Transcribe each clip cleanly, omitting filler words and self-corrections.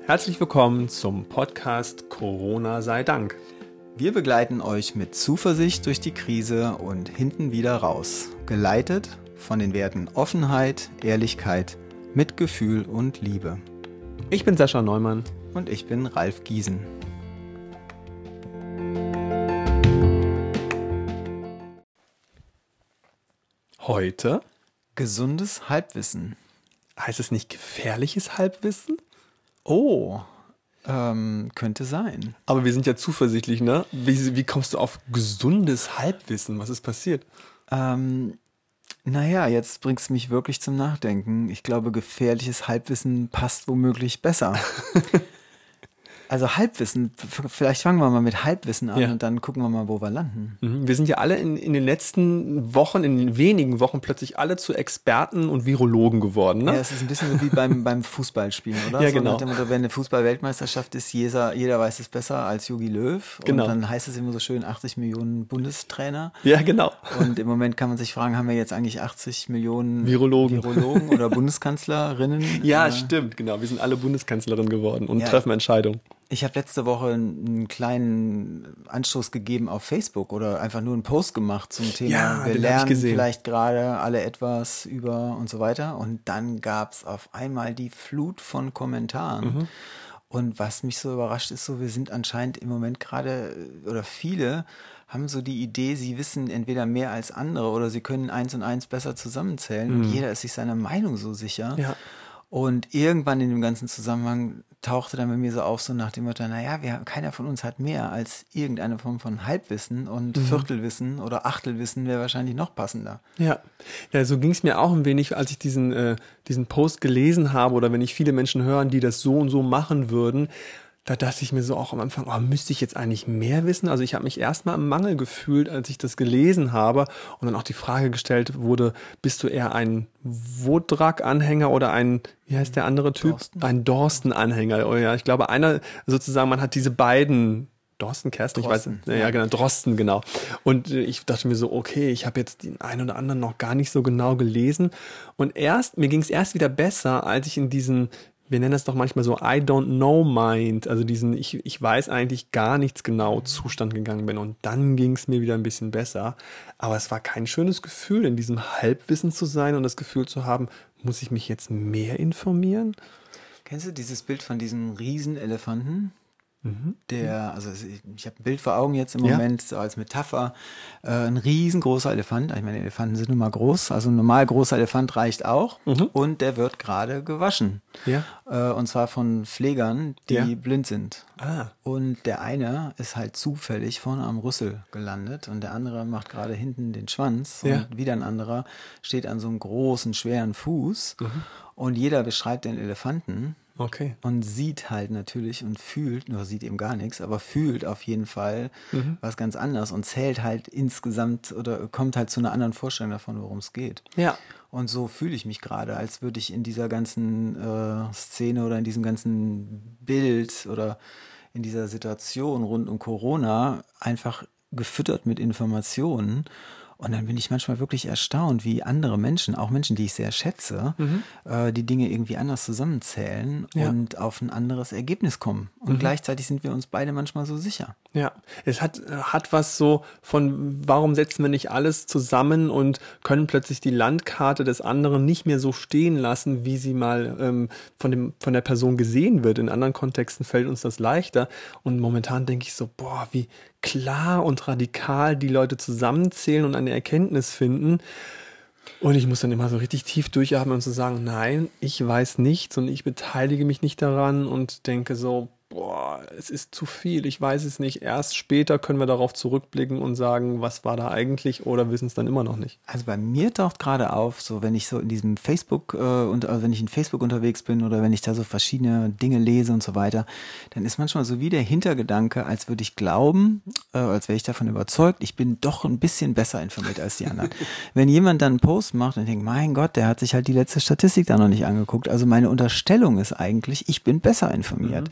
Herzlich willkommen zum Podcast Corona sei Dank. Wir begleiten euch mit Zuversicht durch die Krise und hinten wieder raus. Geleitet von den Werten Offenheit, Ehrlichkeit, Mitgefühl und Liebe. Ich bin Sascha Neumann. Und ich bin Ralf Giesen. Heute gesundes Halbwissen. Heißt es nicht gefährliches Halbwissen? Oh, könnte sein. Aber wir sind ja zuversichtlich, ne? Wie kommst du auf gesundes Halbwissen? Was ist passiert? Naja, jetzt bringst du mich wirklich zum Nachdenken. Ich glaube, gefährliches Halbwissen passt womöglich besser. Also Halbwissen, vielleicht fangen wir mal mit Halbwissen an und dann gucken wir mal, wo wir landen. Wir sind ja alle in den letzten Wochen, in den wenigen Wochen plötzlich alle zu Experten und Virologen geworden. Ne? Ja, es ist ein bisschen so wie beim Fußballspielen, oder? Ja, so genau. Wenn eine Fußball-Weltmeisterschaft ist, jeder weiß es besser als Jogi Löw. Genau. Und dann heißt es immer so schön 80 Millionen Bundestrainer. Ja, genau. Und im Moment kann man sich fragen, haben wir jetzt eigentlich 80 Millionen Virologen oder Bundeskanzlerinnen? Ja, stimmt, genau. Wir sind alle Bundeskanzlerin geworden und treffen Entscheidungen. Ich habe letzte Woche einen kleinen Anstoß gegeben auf Facebook oder einfach nur einen Post gemacht zum Thema, ja, wir lernen vielleicht gerade alle etwas über und so weiter. Und dann gab es auf einmal die Flut von Kommentaren. Und was mich so überrascht ist, so wir sind anscheinend im Moment gerade, oder viele haben so die Idee, sie wissen entweder mehr als andere oder sie können 1 und 1 besser zusammenzählen. Und jeder ist sich seiner Meinung so sicher. Ja. Und irgendwann in dem ganzen Zusammenhang tauchte dann bei mir so auf, so nach dem Motto, naja, keiner von uns hat mehr als irgendeine Form von Halbwissen und Viertelwissen oder Achtelwissen wäre wahrscheinlich noch passender. Ja, so ging es mir auch ein wenig, als ich diesen Post gelesen habe oder wenn ich viele Menschen hören, die das so und so machen würden. Da dachte ich mir so auch am Anfang, müsste ich jetzt eigentlich mehr wissen? Also ich habe mich erstmal im Mangel gefühlt, als ich das gelesen habe und dann auch die Frage gestellt wurde, bist du eher ein Wodrak-Anhänger oder ein, wie heißt der andere Typ? Dorsten. Ein Dorsten-Anhänger. Oh ja, ich glaube einer sozusagen, man hat diese beiden Kersten, ich weiß nicht. Ja, genau, Drosten, genau. Und ich dachte mir so, okay, ich habe jetzt den einen oder anderen noch gar nicht so genau gelesen und mir ging es erst wieder besser, als ich in diesen, wir nennen das doch manchmal so I don't know mind, also diesen ich weiß eigentlich gar nichts genau Zustand gegangen bin und dann ging es mir wieder ein bisschen besser, aber es war kein schönes Gefühl, in diesem Halbwissen zu sein und das Gefühl zu haben, muss ich mich jetzt mehr informieren? Kennst du dieses Bild von diesem Riesenelefanten? Also ich habe ein Bild vor Augen jetzt im Moment, so als Metapher, ein riesengroßer Elefant, ich meine, Elefanten sind nun mal groß, also ein normal großer Elefant reicht auch und der wird gerade gewaschen. Ja. Und zwar von Pflegern, die blind sind. Und der eine ist halt zufällig vorne am Rüssel gelandet und der andere macht gerade hinten den Schwanz und wieder ein anderer steht an so einem großen, schweren Fuß und jeder beschreibt den Elefanten. Okay. Und sieht halt natürlich und fühlt, nur sieht eben gar nichts, aber fühlt auf jeden Fall was ganz anderes und zählt halt insgesamt oder kommt halt zu einer anderen Vorstellung davon, worum es geht. Ja. Und so fühle ich mich gerade, als würde ich in dieser ganzen Szene oder in diesem ganzen Bild oder in dieser Situation rund um Corona einfach gefüttert mit Informationen. Und dann bin ich manchmal wirklich erstaunt, wie andere Menschen, auch Menschen, die ich sehr schätze, die Dinge irgendwie anders zusammenzählen und auf ein anderes Ergebnis kommen. Und gleichzeitig sind wir uns beide manchmal so sicher. Ja, es hat was so von, warum setzen wir nicht alles zusammen und können plötzlich die Landkarte des anderen nicht mehr so stehen lassen, wie sie mal von der Person gesehen wird. In anderen Kontexten fällt uns das leichter. Und momentan denke ich so, wie klar und radikal die Leute zusammenzählen und eine Erkenntnis finden. Und ich muss dann immer so richtig tief durchatmen und so sagen, nein, ich weiß nichts und ich beteilige mich nicht daran und denke so, es ist zu viel, ich weiß es nicht. Erst später können wir darauf zurückblicken und sagen, was war da eigentlich oder wissen es dann immer noch nicht. Also bei mir taucht gerade auf, so wenn ich so in diesem Facebook wenn ich in Facebook unterwegs bin oder wenn ich da so verschiedene Dinge lese und so weiter, dann ist manchmal so wie der Hintergedanke, als würde ich glauben, als wäre ich davon überzeugt, ich bin doch ein bisschen besser informiert als die anderen. Wenn jemand dann einen Post macht und denkt, mein Gott, der hat sich halt die letzte Statistik da noch nicht angeguckt. Also meine Unterstellung ist eigentlich, ich bin besser informiert.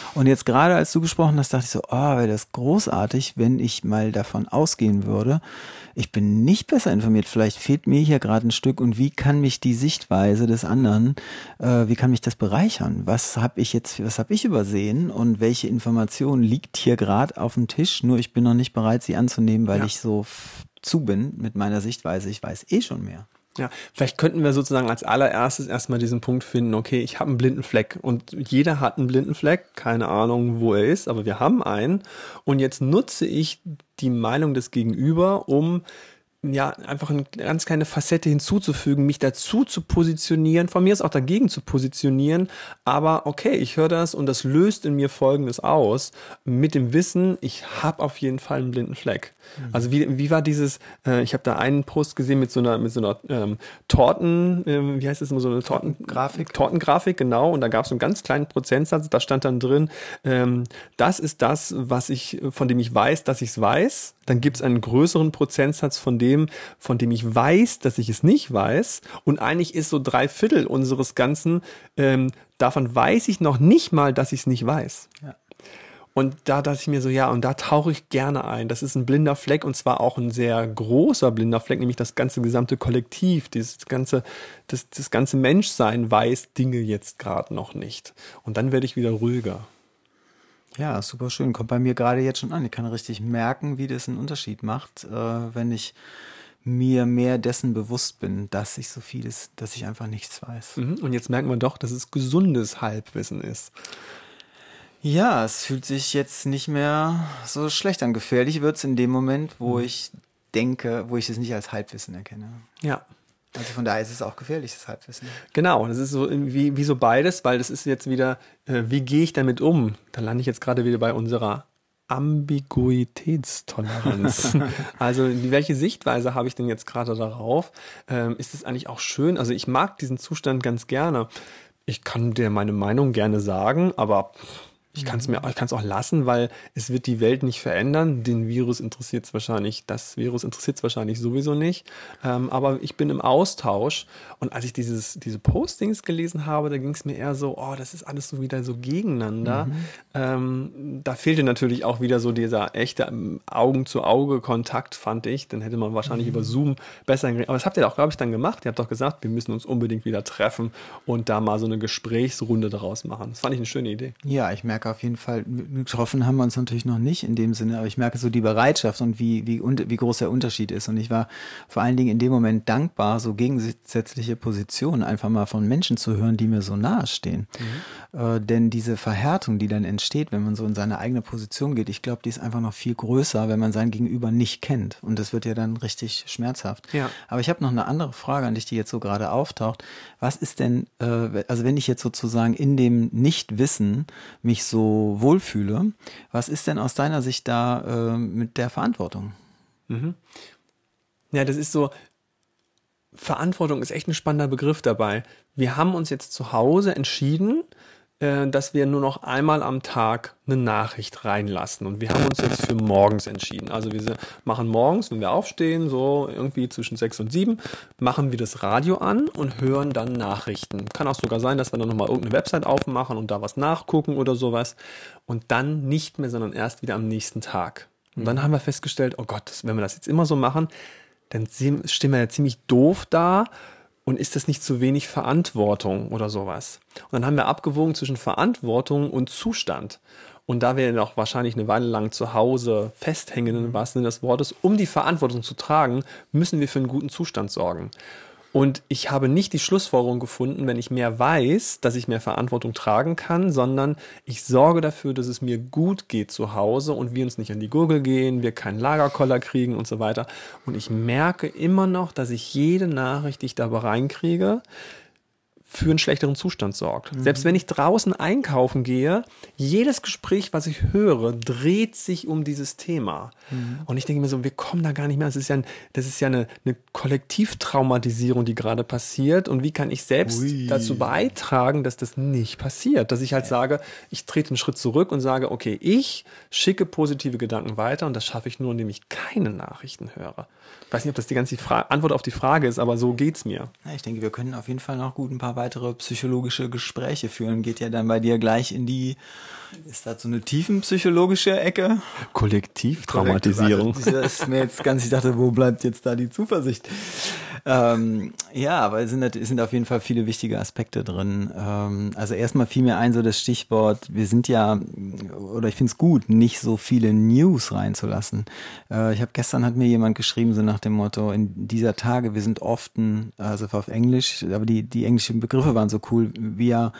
Und jetzt gerade, als du gesprochen hast, dachte ich so, wäre das großartig, wenn ich mal davon ausgehen würde, ich bin nicht besser informiert, vielleicht fehlt mir hier gerade ein Stück und wie kann mich die Sichtweise des anderen, wie kann mich das bereichern? Was habe ich übersehen und welche Information liegt hier gerade auf dem Tisch? Nur ich bin noch nicht bereit, sie anzunehmen, weil ich so zu bin mit meiner Sichtweise. Ich weiß schon mehr. Ja, vielleicht könnten wir sozusagen als allererstes erstmal diesen Punkt finden, okay, ich habe einen blinden Fleck und jeder hat einen blinden Fleck, keine Ahnung, wo er ist, aber wir haben einen und jetzt nutze ich die Meinung des Gegenüber, um einfach eine ganz kleine Facette hinzuzufügen, mich dazu zu positionieren, von mir ist auch dagegen zu positionieren, aber okay, ich höre das und das löst in mir Folgendes aus, mit dem Wissen, ich habe auf jeden Fall einen blinden Fleck. Also wie war dieses, ich habe da einen Post gesehen mit so einer Torten, wie heißt das immer, so eine Tortengrafik, genau, und da gab es einen ganz kleinen Prozentsatz, da stand dann drin, das ist das, von dem ich weiß, dass ich es weiß, dann gibt es einen größeren Prozentsatz von dem ich weiß, dass ich es nicht weiß, und eigentlich ist so 3/4 unseres Ganzen, davon weiß ich noch nicht mal, dass ich es nicht weiß. Ja. Und da dachte ich mir so, und da tauche ich gerne ein. Das ist ein blinder Fleck und zwar auch ein sehr großer blinder Fleck, nämlich das gesamte Kollektiv, das ganze Menschsein weiß Dinge jetzt gerade noch nicht. Und dann werde ich wieder ruhiger. Ja, super schön. Kommt bei mir gerade jetzt schon an. Ich kann richtig merken, wie das einen Unterschied macht, wenn ich mir mehr dessen bewusst bin, dass ich einfach nichts weiß. Und jetzt merken wir doch, dass es gesundes Halbwissen ist. Ja, es fühlt sich jetzt nicht mehr so schlecht an. Gefährlich wird es in dem Moment, wo ich es nicht als Halbwissen erkenne. Ja. Also von daher ist es auch gefährliches Halbwissen. Genau, das ist so wie so beides, weil das ist jetzt wieder, wie gehe ich damit um? Da lande ich jetzt gerade wieder bei unserer Ambiguitätstoleranz. Also welche Sichtweise habe ich denn jetzt gerade darauf? Ist es eigentlich auch schön? Also ich mag diesen Zustand ganz gerne. Ich kann dir meine Meinung gerne sagen, aber ich kann es auch lassen, weil es wird die Welt nicht verändern. Das Virus interessiert es wahrscheinlich sowieso nicht. Aber ich bin im Austausch. Und als ich diese Postings gelesen habe, da ging es mir eher so, das ist alles so wieder so gegeneinander. Da fehlte natürlich auch wieder so dieser echte Augen-zu-Auge-Kontakt, fand ich. Dann hätte man wahrscheinlich über Zoom besser geredet. Aber das habt ihr auch, glaube ich, dann gemacht. Ihr habt doch gesagt, wir müssen uns unbedingt wieder treffen und da mal so eine Gesprächsrunde daraus machen. Das fand ich eine schöne Idee. Ja, ich merke auf jeden Fall, getroffen haben wir uns natürlich noch nicht in dem Sinne, aber ich merke so die Bereitschaft und wie groß der Unterschied ist. Und ich war vor allen Dingen in dem Moment dankbar, so gegensätzliche Positionen einfach mal von Menschen zu hören, die mir so nahe stehen. Denn diese Verhärtung, die dann entsteht, wenn man so in seine eigene Position geht, ich glaube, die ist einfach noch viel größer, wenn man sein Gegenüber nicht kennt. Und das wird ja dann richtig schmerzhaft. Ja. Aber ich habe noch eine andere Frage an dich, die jetzt so gerade auftaucht. Was ist denn, also wenn ich jetzt sozusagen in dem Nichtwissen mich so wohlfühle, was ist denn aus deiner Sicht da mit der Verantwortung? Ja, das ist so, Verantwortung ist echt ein spannender Begriff dabei. Wir haben uns jetzt zu Hause entschieden, dass wir nur noch einmal am Tag eine Nachricht reinlassen. Und wir haben uns jetzt für morgens entschieden. Also wir machen morgens, wenn wir aufstehen, so irgendwie zwischen 6 und 7, machen wir das Radio an und hören dann Nachrichten. Kann auch sogar sein, dass wir dann nochmal irgendeine Website aufmachen und da was nachgucken oder sowas. Und dann nicht mehr, sondern erst wieder am nächsten Tag. Und dann haben wir festgestellt, oh Gott, wenn wir das jetzt immer so machen, dann stehen wir ja ziemlich doof da. Und ist das nicht zu wenig Verantwortung oder sowas? Und dann haben wir abgewogen zwischen Verantwortung und Zustand. Und da wir noch wahrscheinlich eine Weile lang zu Hause festhängen, im wahrsten Sinne des Wortes, um die Verantwortung zu tragen, müssen wir für einen guten Zustand sorgen. Und ich habe nicht die Schlussfolgerung gefunden, wenn ich mehr weiß, dass ich mehr Verantwortung tragen kann, sondern ich sorge dafür, dass es mir gut geht zu Hause und wir uns nicht an die Gurgel gehen, wir keinen Lagerkoller kriegen und so weiter. Und ich merke immer noch, dass ich jede Nachricht, die ich dabei reinkriege, für einen schlechteren Zustand sorgt. Selbst wenn ich draußen einkaufen gehe, jedes Gespräch, was ich höre, dreht sich um dieses Thema. Und ich denke mir so, wir kommen da gar nicht mehr. Das ist ja eine Kollektivtraumatisierung, die gerade passiert. Und wie kann ich selbst dazu beitragen, dass das nicht passiert? Dass ich halt sage, ich trete einen Schritt zurück und sage, okay, ich schicke positive Gedanken weiter und das schaffe ich nur, indem ich keine Nachrichten höre. Ich weiß nicht, ob das die ganze Antwort auf die Frage ist, aber so geht's mir. Ja, ich denke, wir können auf jeden Fall noch gut ein paar weitere psychologische Gespräche führen. Geht ja dann bei dir gleich in die, ist das so eine tiefenpsychologische Ecke? Kollektivtraumatisierung. Also, das ist mir jetzt ganz, ich dachte, wo bleibt jetzt da die Zuversicht? Ja, aber es sind auf jeden Fall viele wichtige Aspekte drin. Also erstmal fiel mir ein so das Stichwort, wir sind ja, oder ich finde es gut, nicht so viele News reinzulassen. Gestern hat mir jemand geschrieben, so nach dem Motto, in dieser Tage, wir sind oft, also auf Englisch, aber die englischen Begriffe waren so cool, we are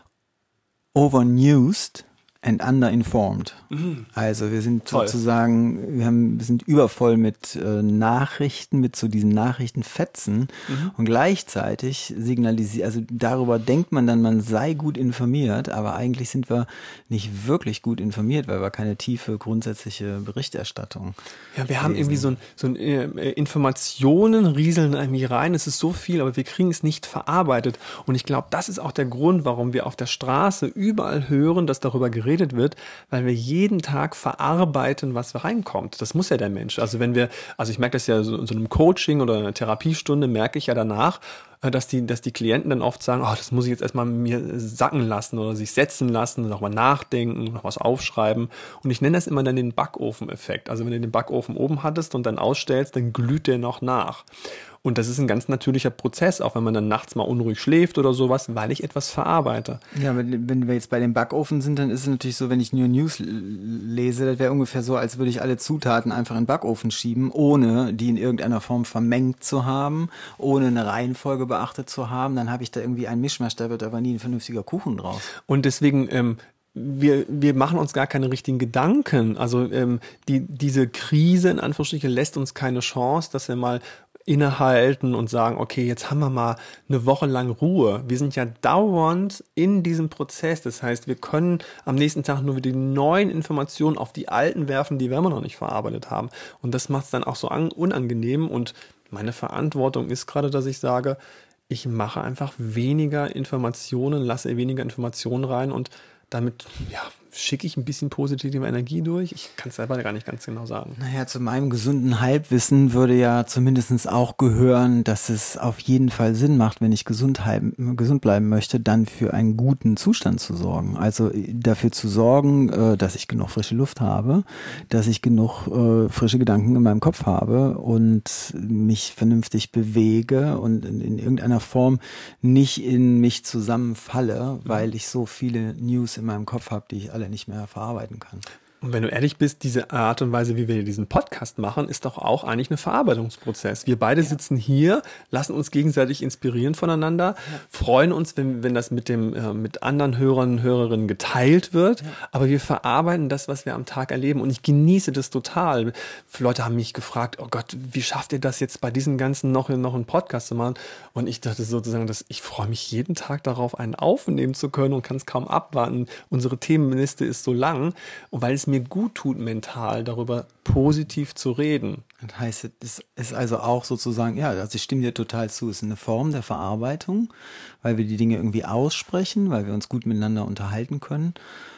overnewsed and underinformed. Also wir sind sozusagen, wir sind übervoll mit Nachrichten, mit so diesen Nachrichtenfetzen und gleichzeitig also darüber denkt man dann, man sei gut informiert, aber eigentlich sind wir nicht wirklich gut informiert, weil wir keine tiefe, grundsätzliche Berichterstattung Ja, wir haben irgendwie so ein Informationen rieseln irgendwie rein, es ist so viel, aber wir kriegen es nicht verarbeitet und ich glaube, das ist auch der Grund, warum wir auf der Straße überall hören, dass darüber geredet wird, weil wir jeden Tag verarbeiten, was reinkommt. Das muss ja der Mensch. Also ich merke das ja so in so einem Coaching oder einer Therapiestunde, merke ich ja danach, dass die Klienten dann oft sagen, das muss ich jetzt erstmal mir sacken lassen oder sich setzen lassen, nochmal nachdenken, noch was aufschreiben. Und ich nenne das immer dann den Backofen-Effekt. Also wenn du den Backofen oben hattest und dann ausstellst, dann glüht der noch nach. Und das ist ein ganz natürlicher Prozess, auch wenn man dann nachts mal unruhig schläft oder sowas, weil ich etwas verarbeite. Ja, wenn wir jetzt bei dem Backofen sind, dann ist es natürlich so, wenn ich nur News lese, das wäre ungefähr so, als würde ich alle Zutaten einfach in den Backofen schieben, ohne die in irgendeiner Form vermengt zu haben, ohne eine Reihenfolge beachtet zu haben. Dann habe ich da irgendwie einen Mischmasch, da wird aber nie ein vernünftiger Kuchen draus. Und deswegen wir machen uns gar keine richtigen Gedanken. Also diese Krise in Anführungsstrichen lässt uns keine Chance, dass wir mal innehalten und sagen, okay, jetzt haben wir mal eine Woche lang Ruhe. Wir sind ja dauernd in diesem Prozess. Das heißt, wir können am nächsten Tag nur wieder die neuen Informationen auf die alten werfen, die wir immer noch nicht verarbeitet haben. Und das macht es dann auch so unangenehm. Und meine Verantwortung ist gerade, dass ich sage, ich mache einfach weniger Informationen, lasse weniger Informationen rein und damit schicke ich ein bisschen positive Energie durch. Ich kann es selber gar nicht ganz genau sagen. Naja, zu meinem gesunden Halbwissen würde ja zumindest auch gehören, dass es auf jeden Fall Sinn macht, wenn ich gesund bleiben möchte, dann für einen guten Zustand zu sorgen. Also dafür zu sorgen, dass ich genug frische Luft habe, dass ich genug frische Gedanken in meinem Kopf habe und mich vernünftig bewege und in irgendeiner Form nicht in mich zusammenfalle, weil ich so viele News in meinem Kopf habe, die ich alle nicht mehr verarbeiten kann. Und wenn du ehrlich bist, diese Art und Weise, wie wir diesen Podcast machen, ist doch auch eigentlich ein Verarbeitungsprozess. Wir beide sitzen hier, lassen uns gegenseitig inspirieren voneinander, freuen uns, wenn das mit anderen Hörern und Hörerinnen geteilt wird, aber wir verarbeiten das, was wir am Tag erleben und ich genieße das total. Leute haben mich gefragt, oh Gott, wie schafft ihr das jetzt bei diesen ganzen noch einen Podcast zu machen? Und ich dachte sozusagen, ich freue mich jeden Tag darauf, einen aufnehmen zu können und kann es kaum abwarten. Unsere Themenliste ist so lang, und weil es mir gut tut, mental darüber positiv zu reden. Das heißt, es ist also auch sozusagen, also ich stimme dir total zu, es ist eine Form der Verarbeitung, weil wir die Dinge irgendwie aussprechen, weil wir uns gut miteinander unterhalten können.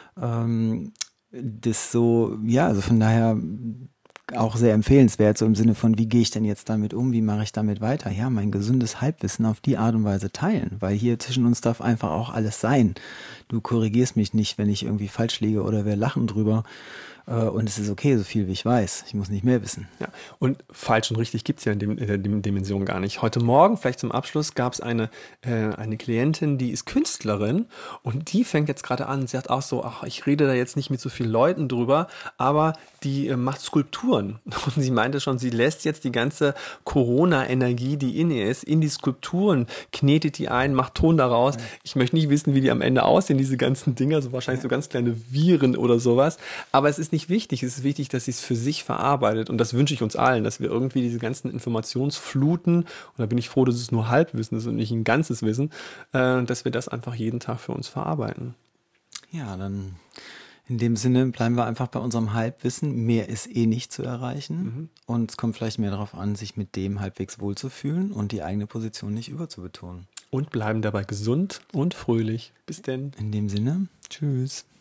Also von daher auch sehr empfehlenswert, so im Sinne von, wie gehe ich denn jetzt damit um, wie mache ich damit weiter? Ja, mein gesundes Halbwissen auf die Art und Weise teilen, weil hier zwischen uns darf einfach auch alles sein. Du korrigierst mich nicht, wenn ich irgendwie falsch liege oder wir lachen drüber. Und es ist okay, so viel wie ich weiß. Ich muss nicht mehr wissen. Ja, und falsch und richtig gibt's ja in der Dimension gar nicht. Heute Morgen, vielleicht zum Abschluss, gab's eine Klientin, die ist Künstlerin und die fängt jetzt gerade an, sie sagt auch so, ich rede da jetzt nicht mit so vielen Leuten drüber, aber die macht Skulpturen. Und sie meinte schon, sie lässt jetzt die ganze Corona-Energie, die in ihr ist, in die Skulpturen, knetet die ein, macht Ton daraus. Ich möchte nicht wissen, wie die am Ende aussehen, diese ganzen Dinger, so wahrscheinlich so ganz kleine Viren oder sowas. Aber es ist nicht wichtig. Es ist wichtig, dass sie es für sich verarbeitet. Und das wünsche ich uns allen, dass wir irgendwie diese ganzen Informationsfluten, und da bin ich froh, dass es nur Halbwissen ist und nicht ein ganzes Wissen, dass wir das einfach jeden Tag für uns verarbeiten. Ja, dann in dem Sinne bleiben wir einfach bei unserem Halbwissen. Mehr ist nicht zu erreichen. Und es kommt vielleicht mehr darauf an, sich mit dem halbwegs wohlzufühlen und die eigene Position nicht überzubetonen. Und bleiben dabei gesund und fröhlich. Bis denn. In dem Sinne, tschüss.